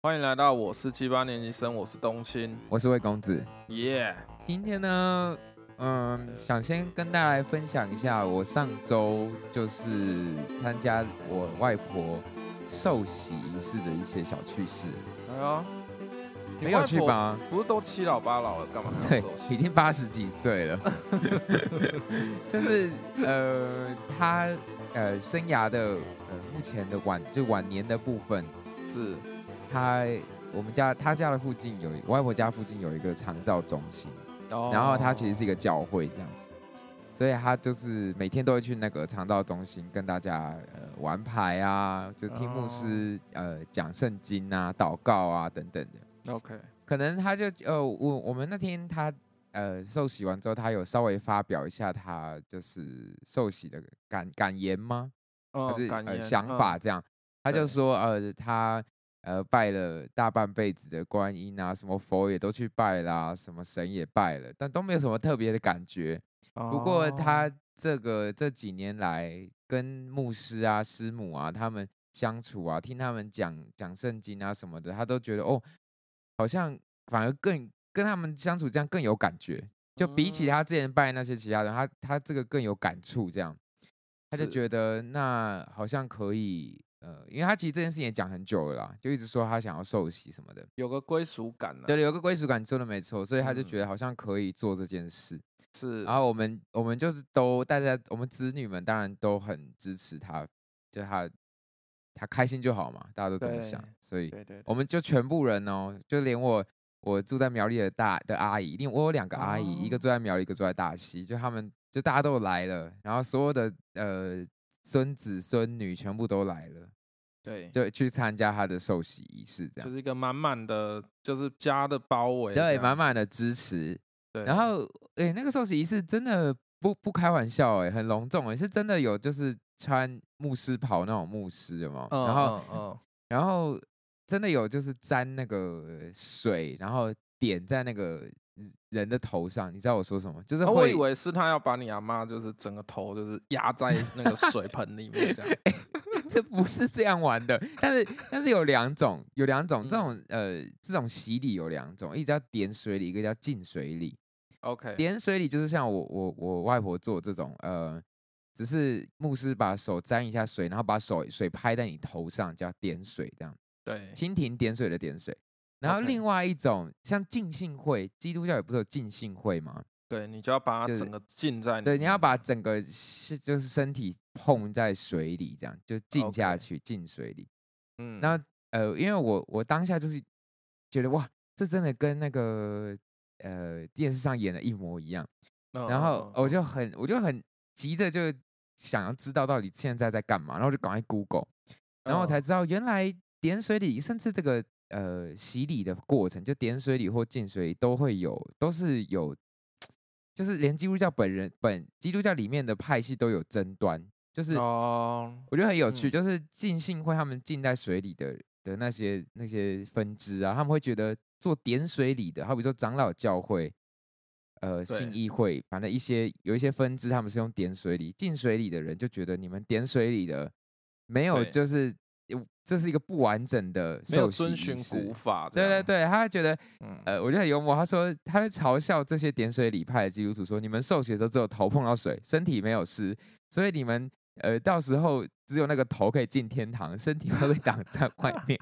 欢迎来到我是7、8年级生，我是冬青， 我是魏公子。 耶！ 今天呢，想先跟大家来分享一下，我上周就是参加我外婆寿喜仪式的一些小趣事。 哎呦， 没有去吧？ 不是都7老8老了，干嘛还要寿喜？ 对，已经80几岁了。就是他生涯的目前的晚年的部分是。 他家的附近我外婆家附近有一个长照中心，然后他其实是一个教会这样，所以他就是每天都会去那个长照中心跟大家玩牌啊，就听牧师讲圣经啊、祷告啊等等的。 OK， 可能他就我们那天他受洗完之后，他有稍微发表一下他就是受洗的感言吗？还是想法这样？他就说他拜了大半辈子的观音啊，什么佛也都去拜啦，什么神也拜了，但都没有什么特别的感觉。不过他这几年来跟牧师啊、师母啊他们相处啊，听他们讲圣经啊什么的，他都觉得好像反而跟他们相处这样更有感觉。就比起他之前拜那些其他人，他这个更有感触，这样他就觉得那好像可以。因为他其实这件事情也讲很久了啦，就一直说他想要受洗什么的， 有个归属感对，有个归属感，你说的没错，所以他就觉得好像可以做这件事。 是， 然后我们就是我们子女们当然都很支持他，就他开心就好嘛，大家都这么想，所以我们就全部人就连我住在苗栗的阿姨，我有2个阿姨，一个住在苗栗，一个住在大溪，就他们就大家都来了，然后所有的孙子孙女全部都来了， 对， 就去参加他的受洗仪式，这样就是一个满满的，就是家的包围， 对，满满的支持。对，然后那个受洗仪式真的不开玩笑，很隆重，是真的有就是穿牧师袍那种牧师有没有？然后真的有就是沾那个水，然后点在那个人的头上，你知道我说什么？就是我以为是他要把你阿妈就是整个头就是压在那个水盆里面这样。 这不是这样玩的，但是有两种，这种洗礼有2种，一个叫点水礼，一个叫浸水礼。 OK， 点水礼就是像我外婆做这种，只是牧师把手沾一下水，然后把水拍在你头上，叫点水这样。 对， 蜻蜓点水的点水。然后另外一种像浸信会，基督教也不是有浸信会吗？对， 你就要把它整个浸在对，你要把整个就是身体碰在水里，这样就浸下去，浸水里。那因为我当下就是觉得哇，这真的跟那个电视上演的一模一样。然后我就很急着就想要知道到底现在在干嘛，然后就赶快 Google， 然后我才知道原来点水礼甚至这个洗礼的过程，就点水礼或浸水礼都是有，就是连基督教基督教里面的派系都有争端，就是我觉得很有趣，就是浸信会他们浸在水里的那些分支啊，他们会觉得做点水礼的，好比说长老教会、信义会，反正有一些分支他们是用点水礼，浸水礼的人就觉得你们点水礼的没有就是这是一个不完整的受洗仪式，没有遵循古法。 对，他会觉得，我觉得很幽默。他说他会嘲笑这些点水礼派的基督徒说，你们受洗的时候只有头碰到水，身体没有湿，所以你们到时候只有那个头可以进天堂，身体会被挡在外面。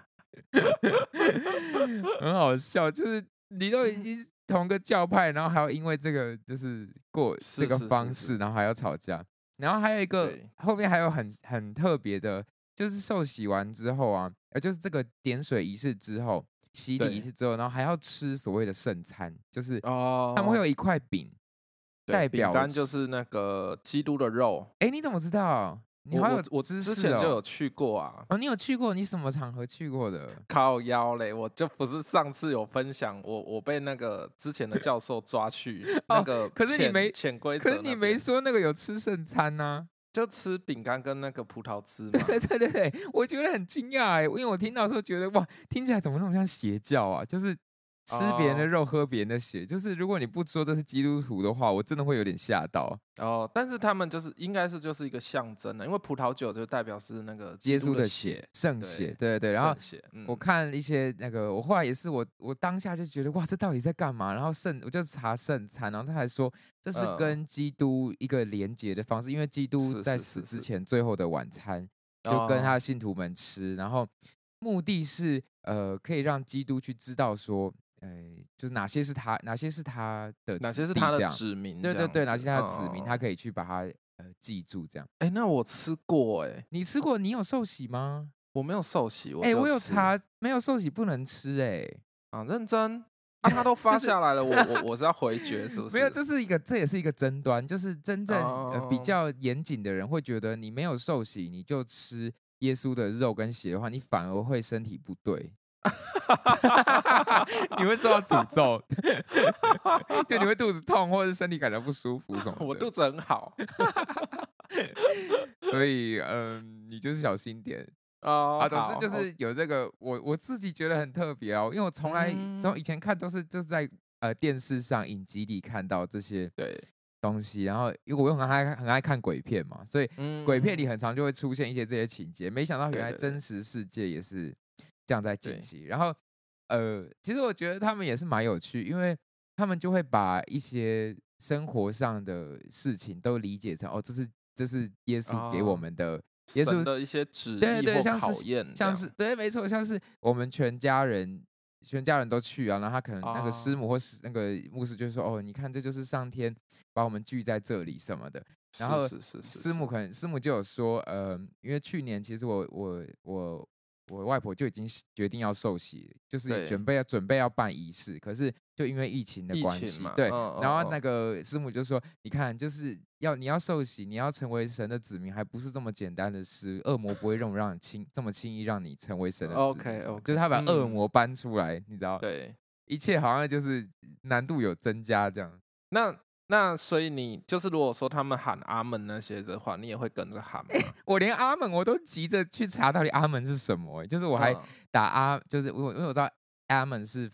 很好笑，就是你都已经同个教派，然后还要因为这个就是过这个方式，然后还要吵架。然后还有一个后面还有很特别的。就是受洗完之后啊，就是这个点水仪式之后，洗礼仪式之后，然后还要吃所谓的圣餐，就是他们会有一块饼，代表饼干就是那个基督的肉。 你怎么知道？你好有知识我之前就有去过啊。 你有去过？你什么场合去过的？ 靠腰嘞，我就不是上次有分享，我被那个之前的教授抓去那个可是你没潜规则， 可是你没说那个有吃圣餐呢？ 就吃饼干跟那个葡萄汁嘛。 对，我觉得很惊讶因为我听到的时候觉得哇，听起来怎么那么像邪教啊？就是吃别人的肉，喝别人的血，就是如果你不说这是基督徒的话，我真的会有点吓到。 但是他们应该就是一个象征的，因为葡萄酒就代表是那个耶稣的血， 圣血，对。然后我看一些我后来也是我当下就觉得哇，这到底在干嘛？然后我就查圣餐，然后他还说这是跟基督一个连结的方式，因为基督在死之前最后的晚餐就跟他的信徒们吃，然后目的是可以让基督去知道说。就是哪些是他的，哪些是他的子民， 对，哪些是他的子民，他可以去把它记住这样。 那我吃过你吃过？你有受洗吗？ 我没有受洗，我有查，没有受洗不能吃认真他都发下来了，我是要回绝是不是？ 没有，这也是一个争端，就是真正比较严谨的人会觉得你没有受洗，你就吃耶稣的肉跟血的话，你反而会身体不对。你会受到诅咒，就你会肚子痛，或者身体感到不舒服什么的。 我肚子很好， 所以你就是小心点总之就是有这个，我自己觉得很特别因为我从以前看就是在电视上影集里看到这些东西，然后因为我又很爱看鬼片嘛，所以鬼片里很常就会出现一些这些情节，没想到原来真实世界也是这样在进行。然后其实我觉得他们也是蛮有趣，因为他们就会把一些生活上的事情都理解成这是耶稣给我们的。耶稣的一些旨意或考验， 像是对，没错，像是我们全家人都去然后他可能那个师母或是那个牧师就说你看这就是上天把我们聚在这里什么的。然后师母就有说因为去年其实我外婆就已经决定要受洗，就是准备要办仪式，可是就因为疫情的关系，对，然后那个师母就说：“你看，就是你要受洗，你要成为神的子民，还不是这么简单的事，恶魔不会让你这么轻易让你成为神的子民。 ”OK， 就是他把恶魔搬出来，你知道？ 对， 一切好像就是难度有增加这样。 那所以你就是如果说他们喊阿门那些的话，你也会跟着喊吗？ 我连阿门我都急着去查到底阿门是什么就是我还打就是因为我知道阿门是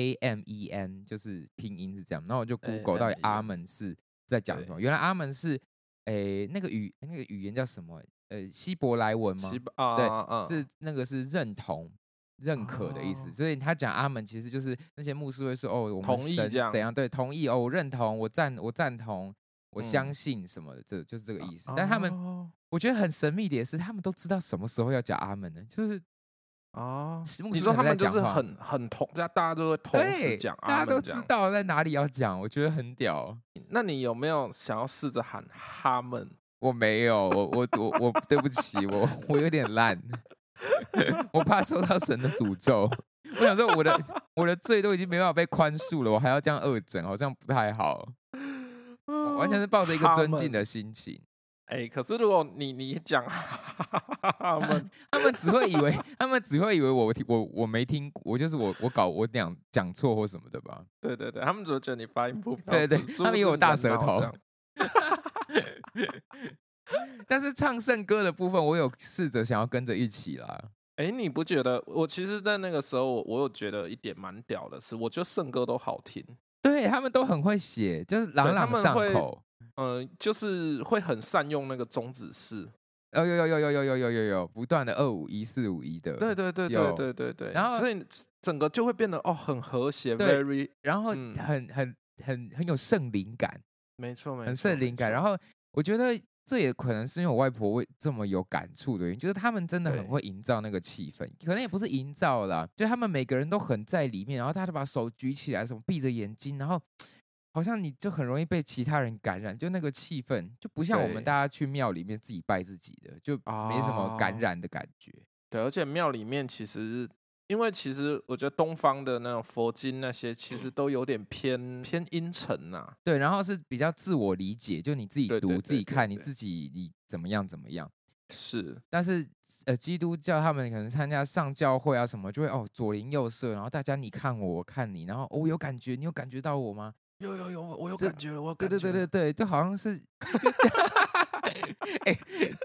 AMEN， 就是拼音是这样，然后我就 Google 到底阿门是在讲什么。原来阿门是那个语言叫什么？希伯来文吗？对，是那个是认可的意思，所以他讲阿门其实就是那些牧师会说我们神怎样对同意我认同我赞同我相信什么的，就是这个意思。但他们我觉得很神秘的也是，他们都知道什么时候要讲阿门呢？就是你说他们就是很同，大家都会同时讲阿门， 大家都知道在哪里要讲，我觉得很屌。 那你有没有想要试着喊哈门？ 我没有，我对不起，我有点烂。我怕受到神的诅咒。我想说我的罪都已经没办法被宽恕了，我还要这样恶整，好像不太好。我完全是抱着一个尊敬的心情。 可是如果你讲他们只会以为我没听，我就是我讲错或什么的吧？ 对，他们只会觉得你发音不标准， 对，他们以为我大舌头。但是唱圣歌的部分，我有试着想要跟着一起啦。 你不觉得？我其实，在那个时候，我有觉得一点蛮屌的是，我觉得圣歌都好听。 对他们都很会写，就是朗朗上口。 就是会很善用那个中指式。 有，不断的251、451的。 对。然后所以整个就会变得很和谐 ，very， 然后很有圣灵感。 没错， 很圣灵感。然后我觉得这也可能是因为我外婆会这么有感触的原因，就是他们真的很会营造那个气氛，可能也不是营造啦，就他们每个人都很在里面，然后大家都把手举起来，什么闭着眼睛，然后好像你就很容易被其他人感染，就那个气氛就不像我们大家去庙里面自己拜自己的，就没什么感染的感觉。 对，而且庙里面其实。因为其实我觉得东方的那种佛经那些，其实都有点偏阴沉呐。 对，然后是比较自我理解，就你自己读自己看，你怎么样。 是， 但是基督教他们可能参加上教会啊什么，就会左邻右舍，然后大家你看我，我看你，然后我有感觉，你有感觉到我吗？ 有，我有感觉了，我有感觉了。 对，就好像是，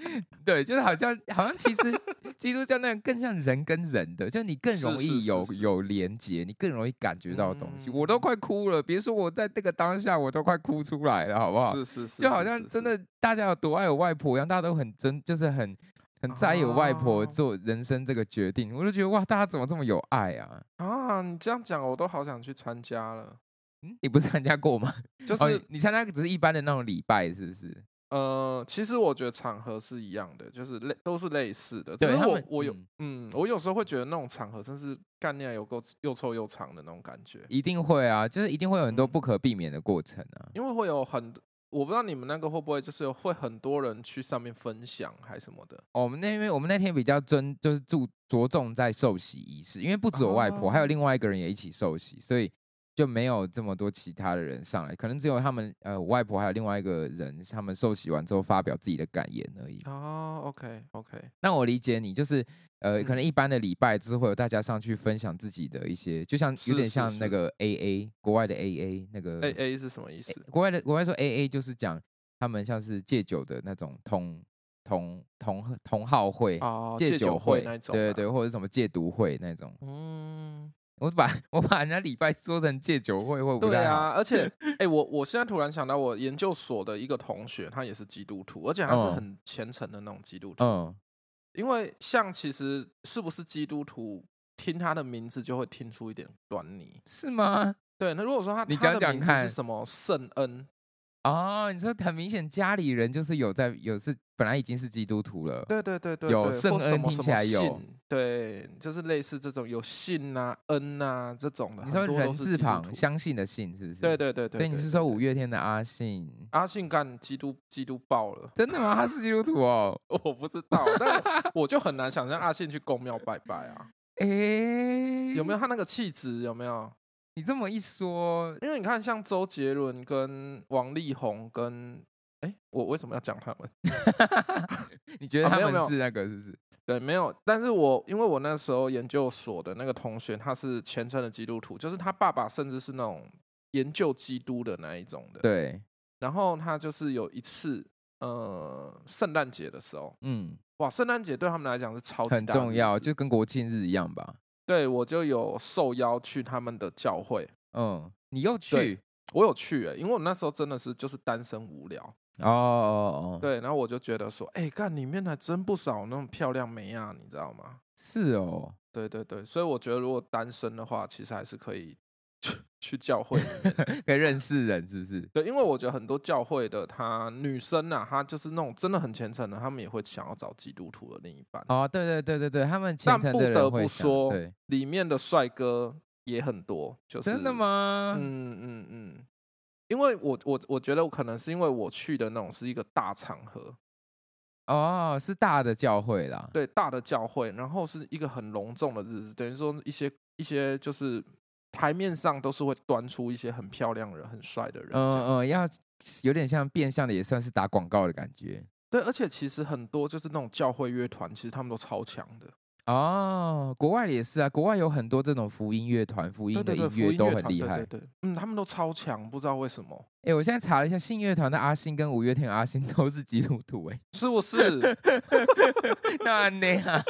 对，就是好像其实基督教那个更像人跟人的，就你更容易有连结，你更容易感觉到东西。我都快哭了，别说我在这个当下，我都快哭出来了，好不好？ 是， 就好像真的大家有多爱我外婆一样，大家都就是很在意我外婆做人生这个决定，我就觉得哇，大家怎么这么有爱啊？ 啊，你这样讲，我都好想去参加了。 你不是参加过吗？ 就是你参加只是一般的那种礼拜，是不是？ 其实我觉得场合是一样的，就是都是类似的。 对， 只是我有时候会觉得那种场合真是概念有够又臭又长的那种感觉。 一定会啊，就是一定会有很多不可避免的过程啊。 因为会有我不知道你们那个会不会就是会很多人去上面分享还什么的。 我们那天比较就是着重在受洗仪式，因为不止我外婆，还有另外一个人也一起受洗，所以就没有这么多其他的人上来，可能只有他们我外婆还有另外一个人，他们受洗完之后发表自己的感言而已。 哦 ，OK， 那我理解你，就是可能一般的礼拜就是会有大家上去分享自己的一些，就像有点像那个 AA 国外的 AA 那个 AA 是什么意思？ 国外说 AA 就是讲他们像是戒酒的那种同好会戒酒会那种， 对，或者什么戒毒会那种。我把人家礼拜说成戒酒会不太好。 对啊，而且我现在突然想到，我研究所的一个同学，他也是基督徒，而且他是很虔诚的那种基督徒。因为像其实是不是基督徒，听他的名字就会听出一点端倪， 是吗？ 对，那如果说他的名字是什么圣恩。 你说很明显家里人就是是本来已经是基督徒了， 对， 有圣恩听起来有， 对，就是类似这种有信啊、恩啊这种的。 你说人字旁相信的信是不是？ 对， 所以你是说五月天的阿信？ 阿信干基督爆了， 真的吗？他是基督徒哦？ 我不知道，但我就很难想象阿信去公庙拜拜啊。有没有他那个气质？有没有？ 你这么一说， 因为你看，像周杰伦跟王力宏跟我为什么要讲他们？ 你觉得他们是那个是不是？ 对，没有。但是因为我那时候研究所的那个同学，他是虔诚的基督徒，就是他爸爸甚至是那种研究基督的那一种的。 对。 然后他就是有一次，圣诞节的时候，哇，圣诞节对他们来讲是超级很重要，就跟国庆日一样吧。 对，我就有受邀去他们的教会。 你又去？ 我有去因为我那时候真的是就是单身无聊。对，然后我就觉得说，干里面还真不少那种漂亮妹啊，你知道吗？ 是哦。 对，所以我觉得如果单身的话，其实还是可以去教会里面可以认识人，是不是？ 对，因为我觉得很多教会的女生啊，她就是那种真的很虔诚的，她们也会想要找基督徒的另一半。 对，他们虔诚的人会想。 但不得不说，里面的帅哥也很多。就是真的吗？ 因为我觉得可能是因为我去的那种是一个大场合。 是大的教会啦。 对，大的教会，然后是一个很隆重的日子，等于说一些就是台面上都是会端出一些很漂亮人、很帅的人。 要有点像变相的，也算是打广告的感觉。 对，而且其实很多就是那种教会乐团，其实他们都超强的。 国外也是啊，国外有很多这种福音乐团，福音的音乐都很厉害。 对，他们都超强，不知道为什么。 我现在查了一下，信乐团的阿信跟五月天的阿信都是基督徒， 是不是？ 那样。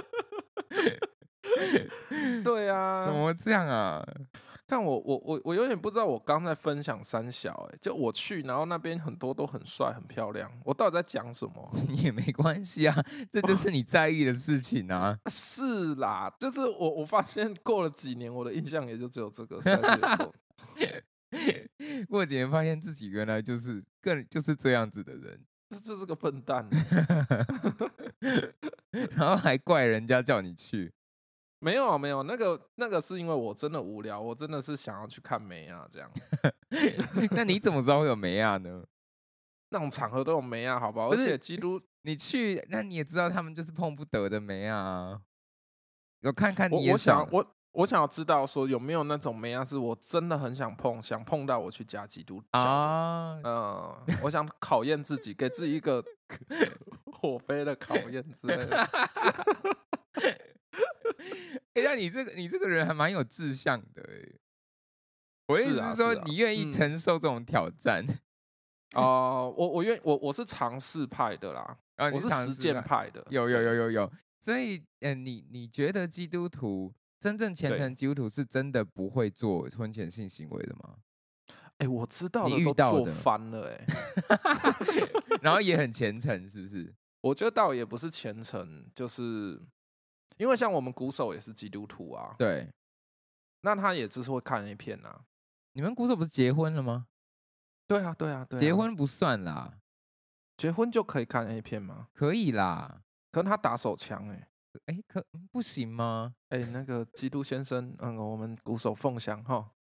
对啊， 怎么这样啊？ 但我有点不知道，我刚在分享三小，就我去，然后那边很多都很帅很漂亮，我到底在讲什么？ 也没关系啊，这就是你在意的事情啊。 是啦，就是我发现过了几年，我的印象也就只有这个。 过几年发现自己原来就是这样子的人， 这就是个笨蛋。 然后还怪人家叫你去。 没有，那个是因为我真的无聊，我真的是想要去看梅亚这样。 那你怎么知道会有梅亚呢？ 那种场合都有梅亚，好不好？而且基督， 你去，那你也知道他们就是碰不得的梅亚啊。有看看你也想我想要知道说有没有那种梅亚是我真的很想碰到我去加基督啊。我想考验自己，给自己一个火飞的考验之类的。 那你这个人还蛮有志向的我意思是说，你愿意承受这种挑战。 我是尝试派的啦，我是实践派的。 有。所以，你觉得基督徒真正虔诚基督徒是真的不会做婚前性行为的吗？ 我知道的都做翻了然后也很虔诚，是不是？ 我觉得倒也不是虔诚，就是因为像我们鼓手也是基督徒啊， 对， 那他也只是会看 A 片啊。 你们鼓手不是结婚了吗？ 对啊， 结婚不算啦， 结婚就可以看 A 片吗？ 可以啦。 可是他打手枪不行吗？ 那个基督先生，我们鼓手凤翔哈。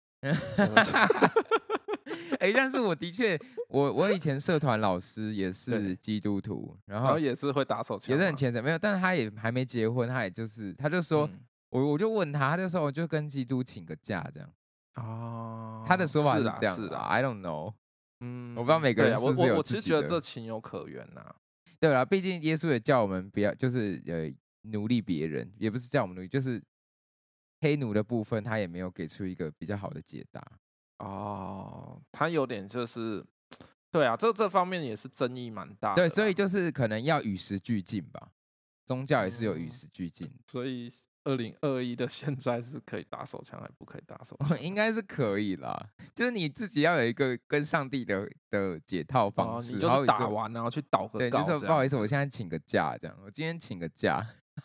但是我的确，我以前社团老师也是基督徒，然后也是会打手枪， 也是很虔诚，没有，但是他也还没结婚，他就说，我就问他就说我就跟基督请个假这样。他的说法是这样的，I don't know，我不知道每个人是不是有自己的。 我其实觉得这情有可原呐。 对啦，毕竟耶稣也叫我们不要，就是奴隶别人，也不是叫我们奴隶，就是黑奴的部分，他也没有给出一个比较好的解答。 他有点就是，对啊，这方面也是争议蛮大的。 对，所以就是可能要与时俱进吧，宗教也是有与时俱进。 所以2021的现在是可以打手枪还不可以打手枪？ 应该是可以啦，就是你自己要有一个跟上帝的解套方式， 你就是打完然后去祷个告。 对，就是不好意思，我现在请个假，这样，我今天请个假。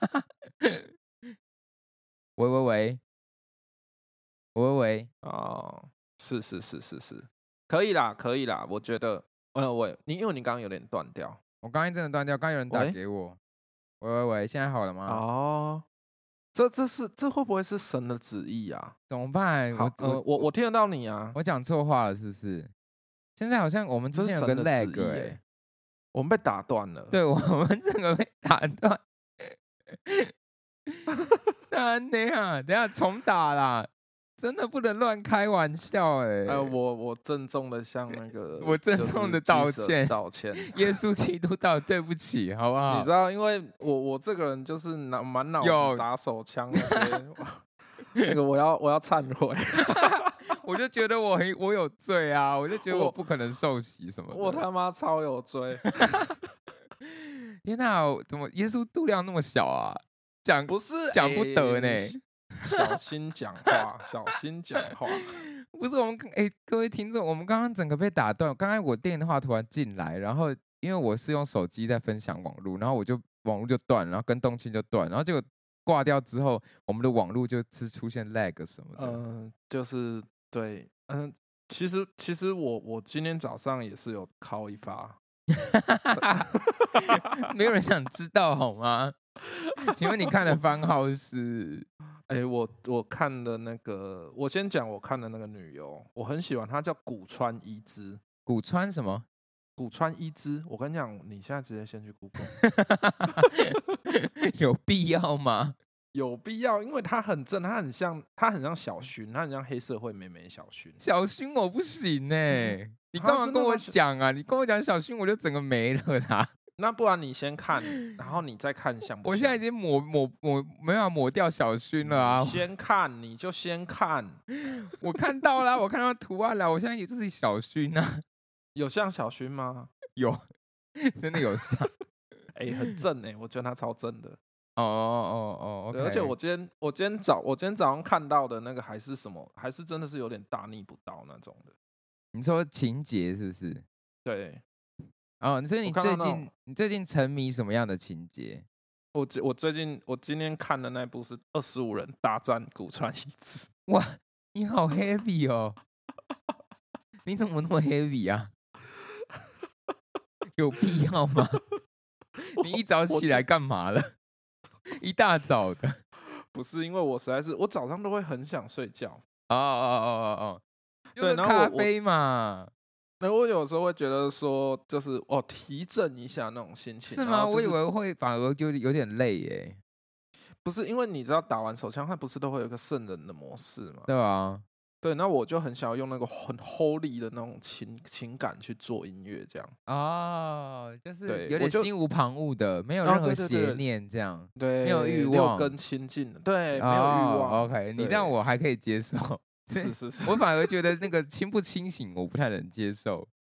喂， 是，可以啦，我觉得，因为你刚刚有点断掉， 我刚刚真的断掉，刚有人打给我，喂，现在好了吗？ 这会不会是神的旨意啊？ 怎么办？ 我听得到你啊， 我讲错话了是不是？现在好像我们之间有个 lag 我们被打断了， 对，我们整个被打断。等下重打啦！真的不能乱开玩笑我郑重的向那个我郑重的道歉， 耶稣基督道对不起，好不好？ 你知道，因为我这个人就是满脑子打手枪，那个我要忏悔。 我就觉得我有罪啊，我就觉得我不可能受洗什么的。 我他妈超有罪！ 天哪，怎么耶稣度量那么小啊？讲不得呢。 小心讲话，小心讲话。 不是我们各位听众，我们刚刚整个被打断。刚才我电话突然进来，然后因为我是用手机在分享网络，然后网络就断，然后跟动器就断，然后结果挂掉之后，我们的网络就是出现 lag 什么的。 就是对，其实我今天早上也是有敲一发， 没有人想知道好吗？请问你看的番号是？ 我看的那个，我先讲我看的那个女优，我很喜欢，她叫古川一之。 古川什么？ 古川一之。我跟你讲，你现在直接先去 Google。 有必要吗？ 有必要，因为她很正，她很像小薰，她很像黑社会妹妹小薰。 小薰我不行你干嘛跟我讲啊？你跟我讲小薰，我就整个没了啦。 那不然你先看，然后你再看像不像？ 我现在已经没有抹掉小薰了啊！ 你就先看， 我看到了，我看到图案了，我现在也就是小薰啊。 有像小薰吗？ 有，真的有像。 很正我觉得他超正的。 OK。 而且我今天早上看到的那个还是什么？还是真的是有点大逆不道那种的。 你说情节是不是？ 对。 所以你最近沉迷什么样的情节？ 我今天看的那部是25人大战古川一之。 哇，你好 heavy 哦！你怎么那么 heavy 啊？有必要吗？你一早起来干嘛了？一大早的。 不是，因为我实在是我早上都会很想睡觉。 对，咖啡嘛。 那我有时候会觉得说，就是提振一下那种心情。 是吗？我以为会反而就有点累耶。 不是，因为你知道打完手枪，它不是都会有一个圣人的模式吗？ 对啊。 对，那我就很想要用那个很 holy 的那种情感去做音乐，这样。 就是有点心无旁騖的，没有任何邪念，这样。 对， 没有欲望， 六根清净的，对，没有欲望。 OK， 你这样我还可以接受。 是， 我反而觉得那个清不清醒，我不太能接受。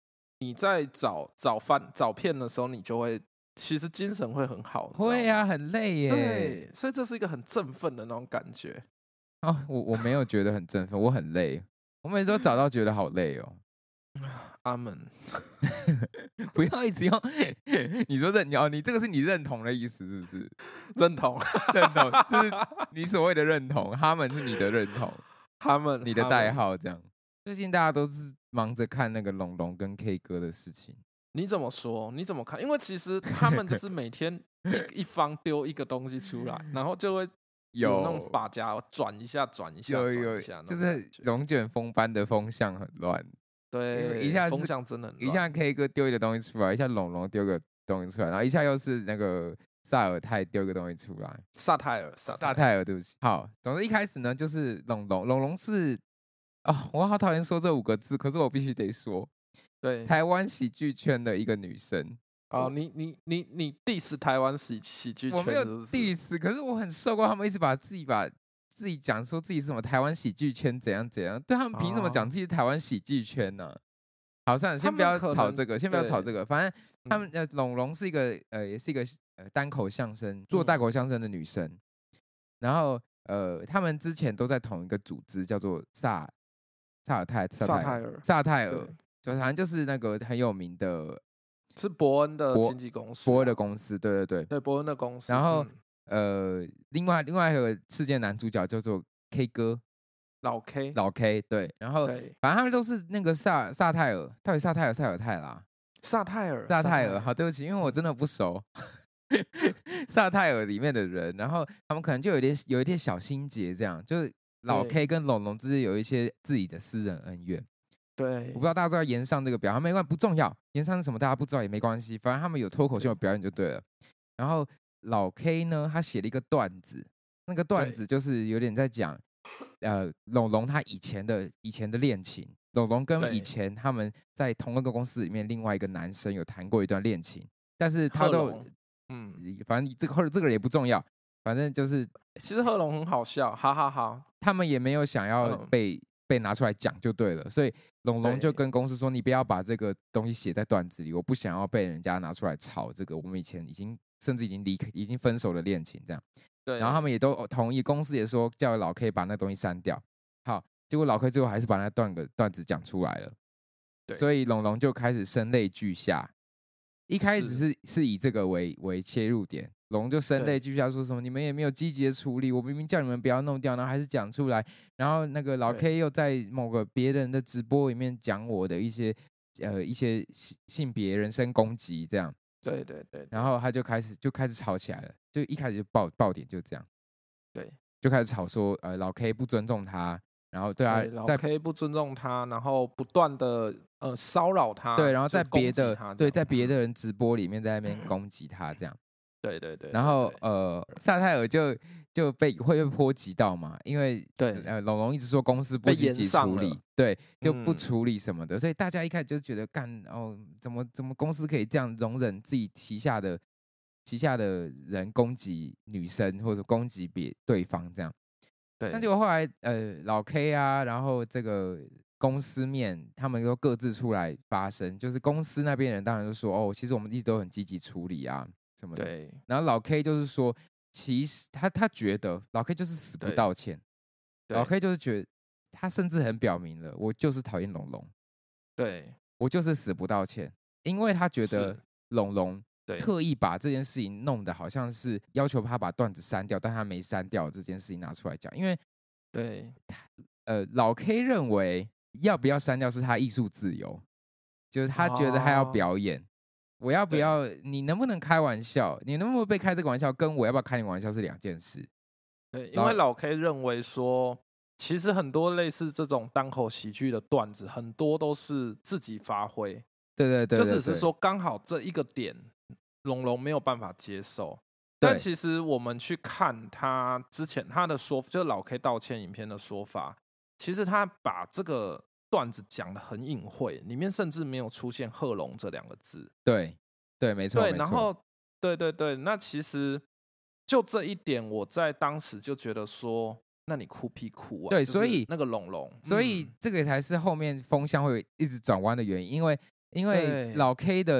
你在找片的时候，你就会其实精神会很好， 会啊，很累耶。 对，所以这是一个很振奋的那种感觉。 哦，我没有觉得很振奋，我很累，我每次都找到觉得好累哦。 阿门， 不要一直用你说你这个是你认同的意思是不是？ 认同， 就是你所谓的认同，他们是你的认同，你的代号这样。最近大家都是忙着看那个龙龙跟 K 歌的事情。 你怎么说？你怎么看？因为其实他们就是每天一方丢一个东西出来，然后就会有那种发夹转一下， 有，就是龙卷风般的风向很乱。 对， 一下风向真的很乱， 一下 K 歌丢一个东西出来，一下龙龙丢个东西出来，然后一下又是那个萨尔泰丢一个东西出来。 萨泰尔，对不起。好，总之一开始呢，就是龙龙是我好讨厌说这5个字，可是我必须得说， 对， 台湾喜剧圈的一个女生。 你 diss 台湾喜剧圈， 我没有 diss，可是我很受够他们一直把自己讲说自己是什么台湾喜剧圈怎样，对他们凭什么讲自己是台湾喜剧圈呢？好，算了，先不要吵这个，反正他们龙龙是一个也是一个单口相声做单口相声的女生，然后他们之前都在同一个组织叫做萨泰尔，就好像就是那个很有名的， 是伯恩的经纪公司， 伯恩的公司，对， 伯恩的公司。 然后另外一个事件男主角叫做 K 哥。老 K 对，然后反正他们都是那个萨泰尔，到底萨泰尔、塞尔泰啦？ 萨泰尔， 好，对不起，因为我真的不熟萨泰尔里面的人，然后他们可能就有一点小心结，这样就是老 K 跟龙龙之间有一些自己的私人恩怨。 对， 我不知道大家知道延上这个表演，没关系，不重要，延上是什么大家不知道也没关系，反正他们有脱口秀的表演就对了。然后老 K 呢，他写了一个段子，那个段子就是有点在讲。龙龙他以前的恋情，龙龙跟以前他们在同一个公司里面另外一个男生有谈过一段恋情，但是他都反正这个也不重要，反正就是其实贺龙很好笑，好， 他们也没有想要被拿出来讲就对了，所以龙龙就跟公司说，你不要把这个东西写在段子里，我不想要被人家拿出来炒这个我们以前甚至已经分手的恋情这样。 对， 然后他们也都同意，公司也说叫老 K 把那东西删掉。好，结果老 K 最后还是把那段子讲出来了。对，所以龙龙就开始声泪俱下。一开始是以这个为切入点，龙就声泪俱下说什么你们也没有积极的处理，我明明叫你们不要弄掉，然后还是讲出来。然后那个老 K 又在某个别人的直播里面讲我的一些性别人身攻击这样。 对， 然后他就开始吵起来了，就一开始就爆点就这样， 对， 就开始吵说老 K 不尊重他，然后对啊， 老 K 不尊重他，然后不断的骚扰他， 对，然后在别的人直播里面在那边攻击他这样， 对， 然后萨泰尔就会被波及到嘛，因为龙龙一直说公司不积极处理，对，就不处理什么的，所以大家一开始就觉得怎么公司可以这样容忍自己旗下的人攻击女生或者攻击对方这样，对，那结果后来老 K 啊，然后这个公司面他们都各自出来发声，就是公司那边人当然就说其实我们一直都很积极处理啊什么的，对，然后老 K 就是说。其实他觉得老 K 就是死不道歉，老 K 就是觉得他甚至很表明了，我就是讨厌龙龙， 对我就是死不道歉，因为他觉得龙龙特意把这件事情弄得好像是要求他把段子删掉，但他没删掉这件事情拿出来讲，因为老 K 认为要不要删掉是他艺术自由，就是他觉得他要表演。我要不要？你能不能开玩笑？你能不能被开这个玩笑？跟我要不要开你玩笑是两件事。 对，因为老 K 认为说，其实很多类似这种单口喜剧的段子，很多都是自己发挥。 对， 就只是说刚好这一个点，龙龙没有办法接受。但其实我们去看他之前他的说，就是老 K 道歉影片的说法，其实他把这个段子讲得很隐晦，里面甚至没有出现贺龙这2个字。 对，没错。对， 然后对，那其实就这一点，我在当时就觉得说，那你哭屁哭啊！ 对，所以那个龙龙， 所以这个才是后面风向会一直转弯的原因，因为因为老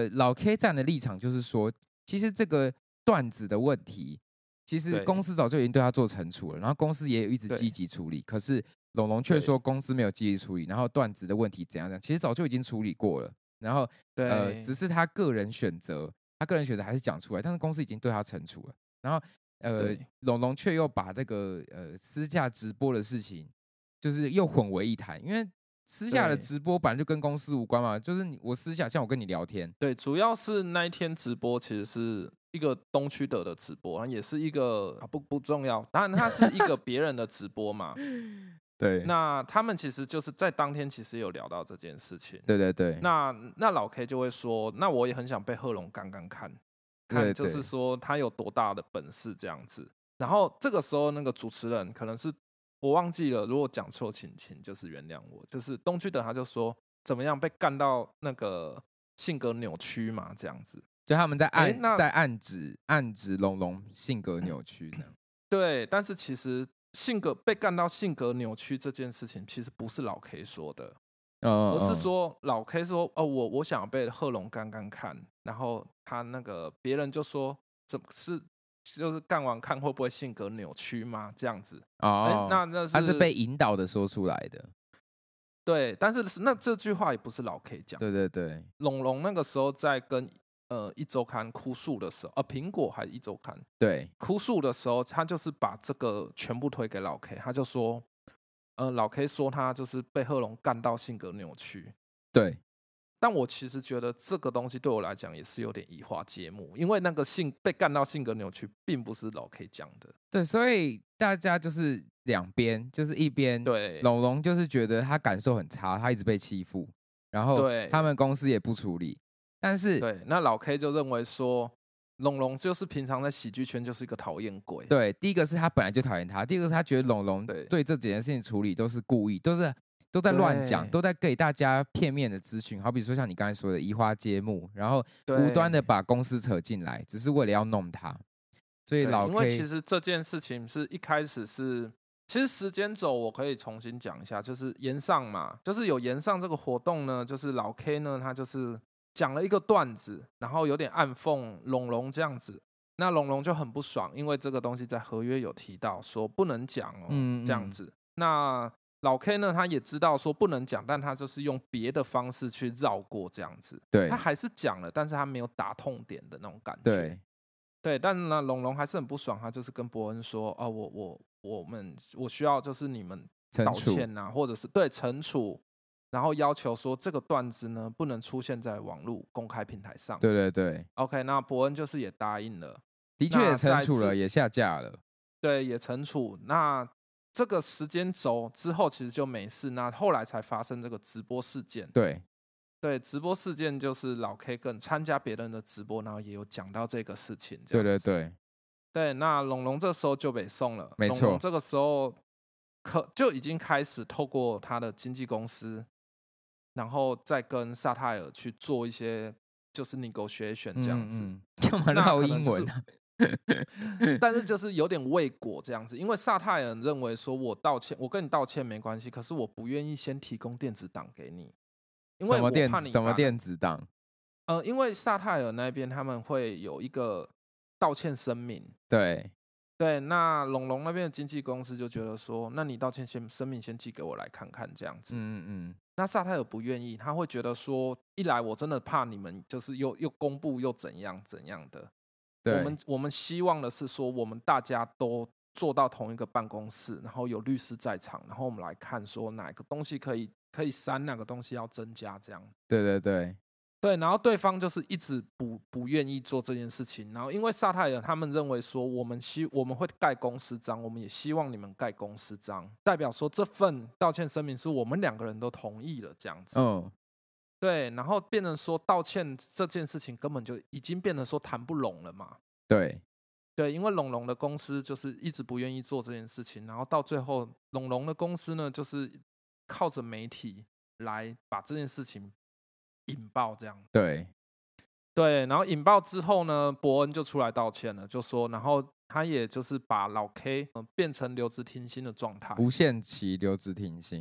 K 站的立场就是说，其实这个段子的问题，其实公司早就已经对他做惩处了，然后公司也有一直积极处理，可是龙龙却说公司没有积极处理，然后段子的问题怎样怎样，其实早就已经处理过了，然后只是他个人选择还是讲出来，但是公司已经对他惩处了，然后龙龙却又把这个私下直播的事情，就是又混为一谈，因为私下的直播本来就跟公司无关嘛，就是我私下像我跟你聊天， 对，主要是那一天直播其实是一个东区德的直播，也是一个不重要，当然它是一个别人的直播嘛。 对， 那他们其实就是在当天其实有聊到这件事情。 对对对。 那老 K 就会说，那我也很想被贺龙干看，就是说他有多大的本事这样子。然后这个时候那个主持人可能是。我忘记了，如果讲错，请就是原谅我。就是东区德他就说怎么样被干到那个性格扭曲嘛，这样子。 就他们在暗指龙龙性格扭曲这样。 对，但是其实被干到性格扭曲这件事情，其实不是老 K 说的，而是说老 K 说我想要被贺龙干看，然后他那个别人就说怎么是。就是干完看会不会性格扭曲吗？这样子那他是被引导的说出来的， 对，但是那这句话也不是老 K 讲， 对对对， 龙龙那个时候在跟一周刊哭诉的时候，苹果还是一周刊对哭诉的时候，他就是把这个全部推给老 K， 他就说老 K 说他就是被贺龙干到性格扭曲， 对。 但我其实觉得这个东西对我来讲也是有点移花接木，因为那个被干到性格扭曲，并不是老 K 讲的。 对，所以大家就是两边，就是一边对龙龙就是觉得他感受很差，他一直被欺负，然后他们公司也不处理，但是对，那老 K 就认为说龙龙就是平常在喜剧圈就是一个讨厌鬼。 对，第一个是他本来就讨厌他，第二个是他觉得龙龙对这几件事情处理都是故意，都在乱讲，都在给大家片面的资讯，好比说像你刚才说的移花接木，然后无端的把公司扯进来，只是为了要弄他。所以老 K， 因为其实这件事情是一开始是，其实时间轴我可以重新讲一下，就是延上嘛，就是有延上这个活动呢，就是老 K 呢他就是讲了一个段子，然后有点暗讽龙龙这样子，那龙龙就很不爽，因为这个东西在合约有提到说不能讲哦，这样子，那。老 K 呢，他也知道说不能讲，但他就是用别的方式去绕过这样子。 对， 他还是讲了，但是他没有打痛点的那种感觉。 对，但是呢，龙龙还是很不爽，他就是跟伯恩说：“哦，我需要就是你们道歉啊，或者是对惩处，然后要求说这个段子呢不能出现在网络公开平台上。” 对对对。 OK， 那伯恩就是也答应了， 的确也惩处了，也下架了。 对，也惩处。那这个时间轴之后其实就没事，那后来才发生这个直播事件。对，直播事件就是老 K 跟参加别人的直播，然后也有讲到这个事情。对，那龙龙这时候就被送了。 没错， 龙龙这个时候就已经开始透过他的经纪公司，然后再跟萨泰尔去做一些就是 negotiation 这样子。 干嘛绕英文啊？ 但是就是有点未果这样子，因为萨泰尔认为说我道歉，我跟你道歉没关系，可是我不愿意先提供电子档给你，因为我怕你什么电子档？ 因为萨泰尔那边他们会有一个道歉声明， 对， 那龙龙那边的经纪公司就觉得说，那你道歉声明先寄给我来看看这样子，那萨泰尔不愿意，他会觉得说，一来我真的怕你们就是又公布又怎样的。我们希望的是说，我们大家都坐到同一个办公室，然后有律师在场，然后我们来看说哪个东西可以删，哪个东西要增加，这样。对，然后对方就是一直不愿意做这件事情，然后因为萨泰尔他们认为说，我们会盖公司章，我们也希望你们盖公司章，代表说这份道歉声明是我们两个人都同意了这样子。对，然后变成说道歉这件事情根本就已经变成说谈不拢了嘛。对，因为龙龙的公司就是一直不愿意做这件事情，然后到最后龙龙的公司呢，就是靠着媒体来把这件事情引爆这样。对，然后引爆之后呢，伯恩就出来道歉了，就说，然后他也就是把老 K 变成留职停薪的状态， 无限期留职停薪。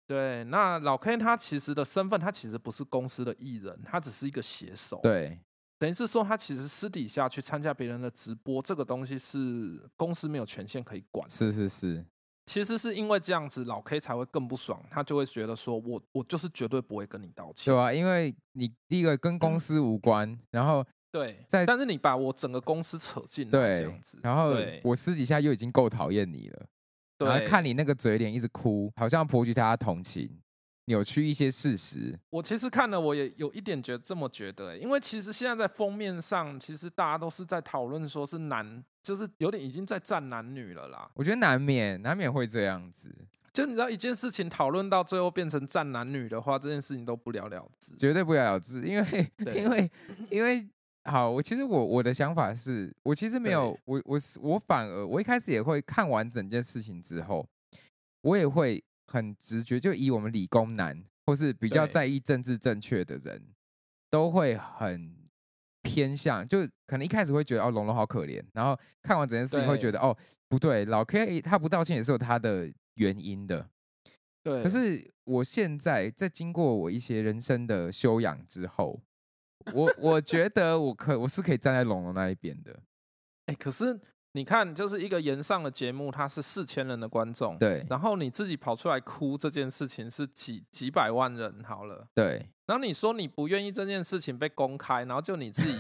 对，那老 K 他其实的身份，他其实不是公司的艺人，他只是一个写手。 对， 等于是说他其实私底下去参加别人的直播，这个东西是公司没有权限可以管。 是。 其实是因为这样子，老 K 才会更不爽，他就会觉得说我就是绝对不会跟你道歉。 对啊，因为你第一个跟公司无关，然后对，但是你把我整个公司扯进来这样子， 然后我私底下又已经够讨厌你了，然后看你那个嘴脸一直哭，好像博取大家同情，扭曲一些事实。 我其实看了，我也有一点这么觉得，因为其实现在在封面上，其实大家都是在讨论说是就是有点已经在战男女了啦。 我觉得难免会这样子。 就你知道一件事情讨论到最后变成战男女的话，这件事情都不了了之， 绝对不了了之，因为好，我的想法是，我其实没有，我反而我一开始也会看完整件事情之后，我也会很直觉，就以我们理工男或是比较在意政治正确的人，都会很偏向，就可能一开始会觉得哦，龙龙好可怜，然后看完整件事情会觉得哦，不对，老 K 他不道歉也是有他的原因的。 对， 可是我现在在经过我一些人生的修养之后。我觉得我是可以站在龙龙那一边的。 可是你看，就是一个延上的节目，它是4000人的观众， 对， 然后你自己跑出来哭这件事情是几百万人好了， 对， 然后你说你不愿意这件事情被公开，然后就你自己。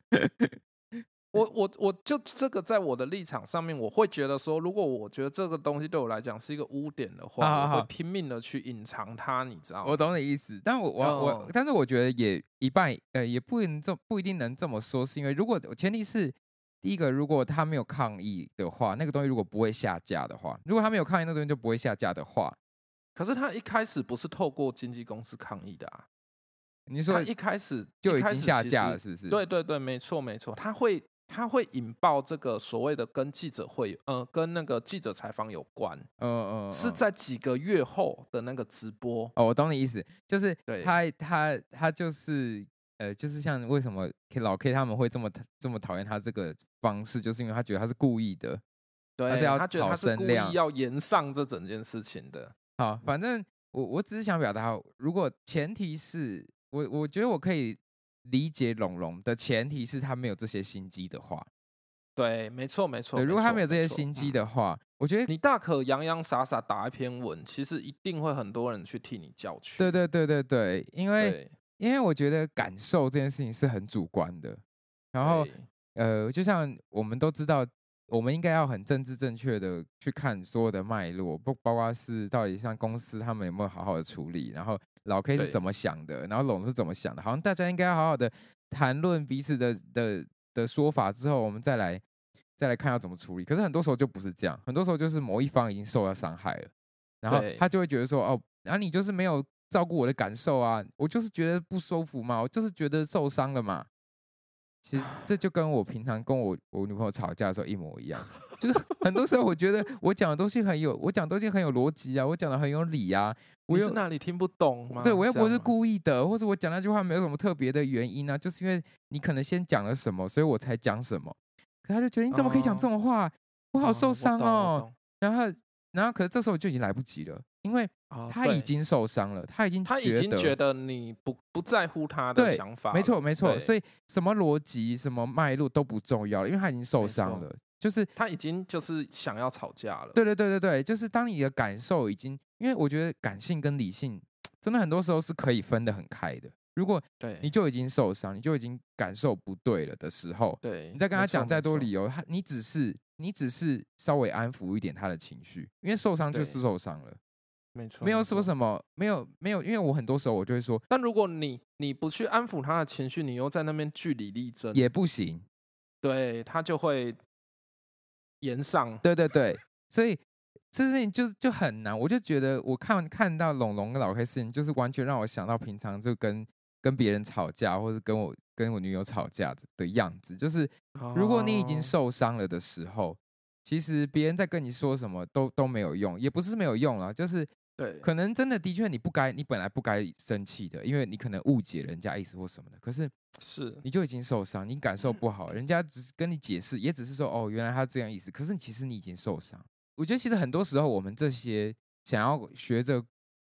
我就这个在我的立场上面，我会觉得说，如果我觉得这个东西对我来讲是一个污点的话，我会拼命的去隐藏它，你知道吗？ 我懂你意思，但但是我觉得也一半，也不一定能这么说，是因为如果前提是第一个，如果他没有抗议的话，那个东西如果不会下架的话，如果他没有抗议，那个东西就不会下架的话， 可是他一开始不是透过经纪公司抗议的啊？ 你说他一开始就已经下架了，是不是？ 对，没错，他会引爆这个所谓的跟记者会，跟那个记者采访有关，是在几个月后的那个直播。 哦，我懂你意思，就是他就是就是像为什么老 K 他们会这么讨厌他这个方式，就是因为他觉得他是故意的， 对， 他是要觉得他是故意要延上这整件事情的。 好，反正我只是想表达，如果前提是我觉得我可以理解龙龙的前提是他没有这些心机的话， 对，没错。对， 如果他没有这些心机的话，我觉得你大可洋洋洒洒打一篇文，其实一定会很多人去替你叫屈。 对，因为我觉得感受这件事情是很主观的，然后就像我们都知道，我们应该要很政治正确的去看所有的脉络，包括是到底像公司他们有没有好好的处理，然后老 K 是怎么想的，然后龙是怎么想的，好像大家应该要好好的谈论彼此的说法之后，我们再来看要怎么处理。可是很多时候就不是这样，很多时候就是某一方已经受到伤害了，然后他就会觉得说，哦，你就是没有照顾我的感受啊，我就是觉得不舒服嘛，我就是觉得受伤了嘛。其实这就跟我平常跟我女朋友吵架的时候一模一样，就是很多时候我觉得我讲的东西很有逻辑啊，我讲的很有理啊。 你是哪里听不懂吗？ 对，我又不是故意的，或者我讲那句话没有什么特别的原因啊，就是因为你可能先讲了什么，所以我才讲什么。可他就觉得你怎么可以讲这种话？我好受伤哦。然后可是这时候就已经来不及了，因为他已经受伤了，他已经觉得你不在乎他的想法。 没错，所以什么逻辑、什么脉络都不重要了，因为他已经受伤了。就是他已经就是想要吵架了。 对，就是当你的感受已经，因为我觉得感性跟理性真的很多时候是可以分得很开的。如果你就已经受伤，你就已经感受不对了的时候，你再跟他讲再多理由，你只是稍微安抚一点他的情绪，因为受伤就是受伤了。 没错， 没有说什么，没有，因为我很多时候我就会说， 但如果你不去安抚他的情绪，你又在那边据理力争， 也不行。 对，他就会延上。 对，所以这事情就很难。我就觉得我看到龙龙跟老 K 事情，就是完全让我想到平常就跟别人吵架，或者跟我女友吵架的样子。就是如果你已经受伤了的时候，其实别人在跟你说什么都没有用，也不是没有用啊，就是可能真的确你本来不该生气的，因为你可能误解人家意思或什么的。可是你就已经受伤，你感受不好，人家只是跟你解释，也只是说哦，原来他这样意思。可是其实你已经受伤。我觉得其实很多时候我们这些想要学着